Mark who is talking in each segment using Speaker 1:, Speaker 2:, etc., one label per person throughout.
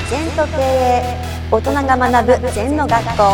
Speaker 1: 禅と経営、大人が学ぶ禅の学校。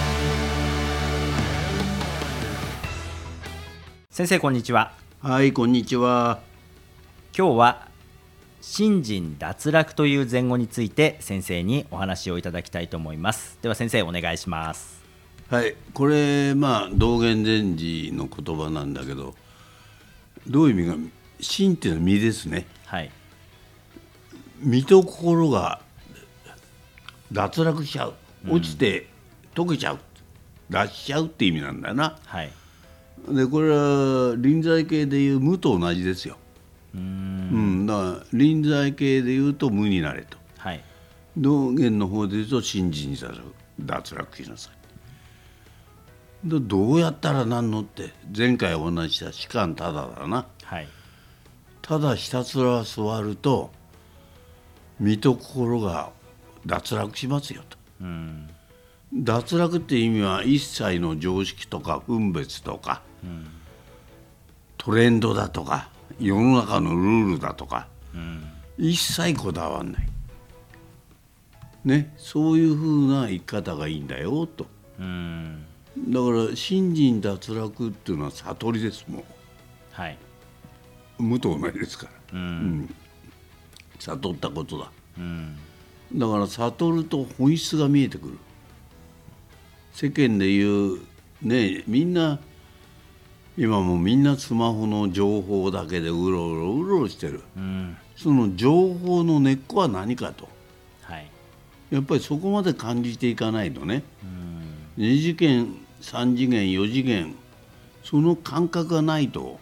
Speaker 2: 先生こんにちは。
Speaker 3: はい、こんにちは。
Speaker 2: 今日は信心脱落という禅語について先生にお話をいただきたいと思います。では先生お願いします。
Speaker 3: はい、これ道元禅師の言葉なんだけど、どういう意味か、心っていうのは身ですね。
Speaker 2: はい。
Speaker 3: 身と心が脱落しちゃう、落ちて溶けちゃう、脱しちゃうって意味なんだよな。
Speaker 2: はい。
Speaker 3: でこれは臨済系でいう無と同じですよ。だから臨済系でいうと無になれと、
Speaker 2: はい。
Speaker 3: 道元の方でいうと信心脱落しなさい。でどうやったらなんのって、前回お話しした士官ただだな。
Speaker 2: はい。
Speaker 3: ただひたすら座ると身と心が脱落しますよと。脱落って意味は一切の常識とか分別とか、トレンドだとか世の中のルールだとか、一切こだわんないね。そういうふうな生き方がいいんだよと。だから信心脱落っていうのは悟りですもん。
Speaker 2: はい。
Speaker 3: 無と同じですから、悟ったことだ。だから悟ると本質が見えてくる。世間で言うね、みんな今もみんなスマホの情報だけでうろうろしてる、その情報の根っこは何かと、
Speaker 2: はい。
Speaker 3: やっぱりそこまで感じていかないとね、2次元3次元4次元その感覚がないと、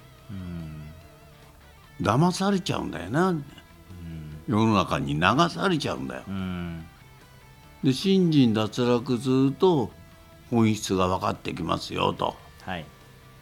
Speaker 3: 騙されちゃうんだよな、世の中に流されちゃうんだよ。で信心脱落すると本質が分かってきますよと。
Speaker 2: はい。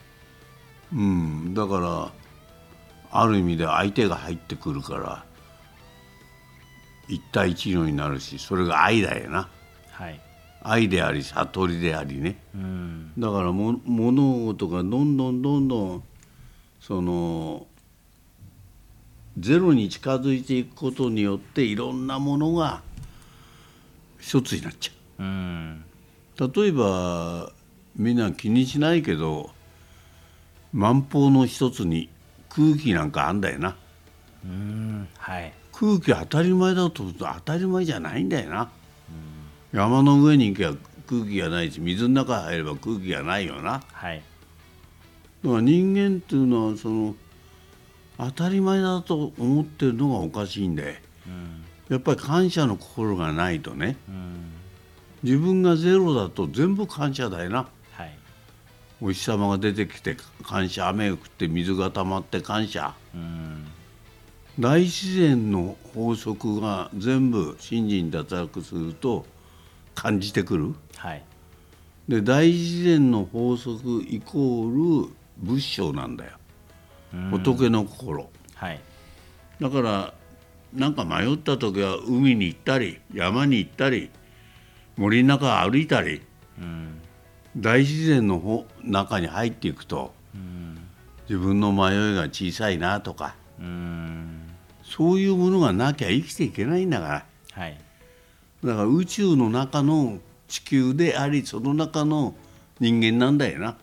Speaker 3: だからある意味で相手が入ってくるから一対一路になるし、それが愛だよな。
Speaker 2: はい。
Speaker 3: 愛であり悟りでありね。だから物事がどんどんそのゼロに近づいていくことによっていろんなものが一つになっちゃう。例えばみんな気にしないけど万法の一つに空気なんかあんだよな。
Speaker 2: はい。
Speaker 3: 空気当たり前だと当たり前じゃないんだよな。山の上に行けば空気がないし、水の中入れば空気がないよな。
Speaker 2: はい。
Speaker 3: だから人間っていうのはその当たり前だと思ってるのがおかしいんで、やっぱり感謝の心がないとね、自分がゼロだと全部感謝だよな。
Speaker 2: はい。
Speaker 3: お日様が出てきて感謝、雨が降って水が溜まって感謝、大自然の法則が全部信心脱落すると感じてくる。
Speaker 2: はい。
Speaker 3: で大自然の法則イコール仏性なんだよ、仏の心。
Speaker 2: はい。
Speaker 3: だからなんか迷った時は海に行ったり山に行ったり森の中歩いたり、大自然の中に入っていくと、自分の迷いが小さいなとか、そういうものがなきゃ生きていけないんだから。
Speaker 2: はい。
Speaker 3: だから宇宙の中の地球であり、その中の人間なんだよな。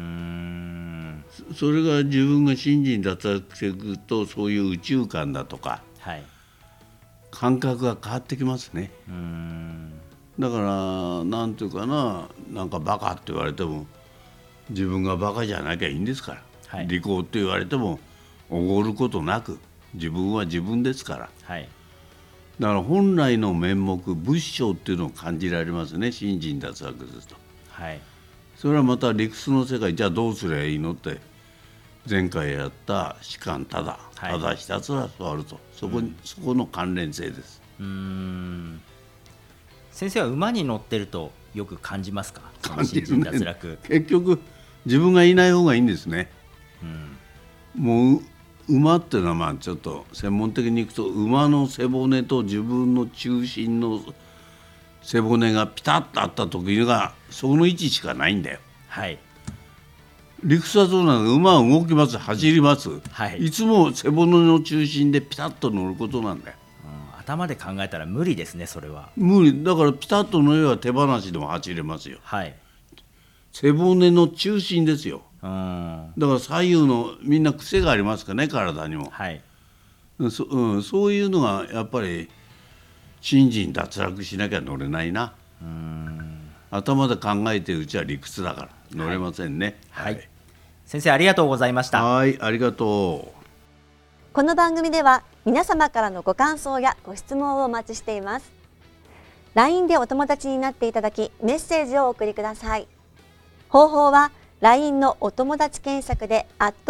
Speaker 3: それが自分が信心脱落していくと、そういう宇宙観だとか、
Speaker 2: はい。
Speaker 3: 感覚が変わってきますね。だからなんていうかな、なんかバカって言われても自分がバカじゃなきゃいいんですから、
Speaker 2: はい、
Speaker 3: 利口って言われてもおごることなく自分は自分ですから、
Speaker 2: はい、
Speaker 3: だから本来の面目仏性っていうのを感じられますね、信心脱落ですと。
Speaker 2: はい、
Speaker 3: それはまた理屈の世界、じゃあどうすりゃいいのって前回やった士官ただ、ただひたすら座ると、そこの関連性です。
Speaker 2: 先生は馬に乗ってるとよく感じますか？
Speaker 3: 感じるね。
Speaker 2: 信心脱落。
Speaker 3: 結局自分がいない方がいいんですね。もう馬っていうのはちょっと専門的にいくと、馬の背骨と自分の中心の背骨がピタッとあった時がその位置しかないんだよ。
Speaker 2: はい。
Speaker 3: 理屈はそうなんだ。馬は動きます、走ります、
Speaker 2: はい、
Speaker 3: いつも背骨の中心でピタッと乗ることなんだよ。
Speaker 2: 頭で考えたら無理ですね、それは。
Speaker 3: 無理だからピタッとの絵は手放しでも走れますよ。
Speaker 2: はい。
Speaker 3: 背骨の中心ですよ。
Speaker 2: うん。
Speaker 3: だから左右のみんな癖がありますからね、体にも。
Speaker 2: はい。
Speaker 3: そういうのがやっぱり心身脱落しなきゃ乗れないな。頭で考えてるうちは理屈だから乗れませんね。
Speaker 2: はい。先生ありがとうございました。
Speaker 3: はい、ありがとう。
Speaker 1: この番組では皆様からのご感想やご質問をお待ちしています。LINE でお友達になっていただきメッセージをお送りください。方法は LINE のお友達検索で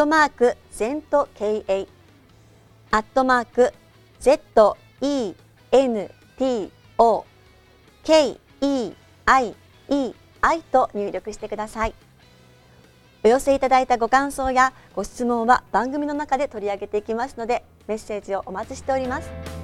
Speaker 1: @ZENTKEI@ZENTOKEIEI と入力してください。お寄せいただいたご感想やご質問は番組の中で取り上げていきますので、メッセージをお待ちしております。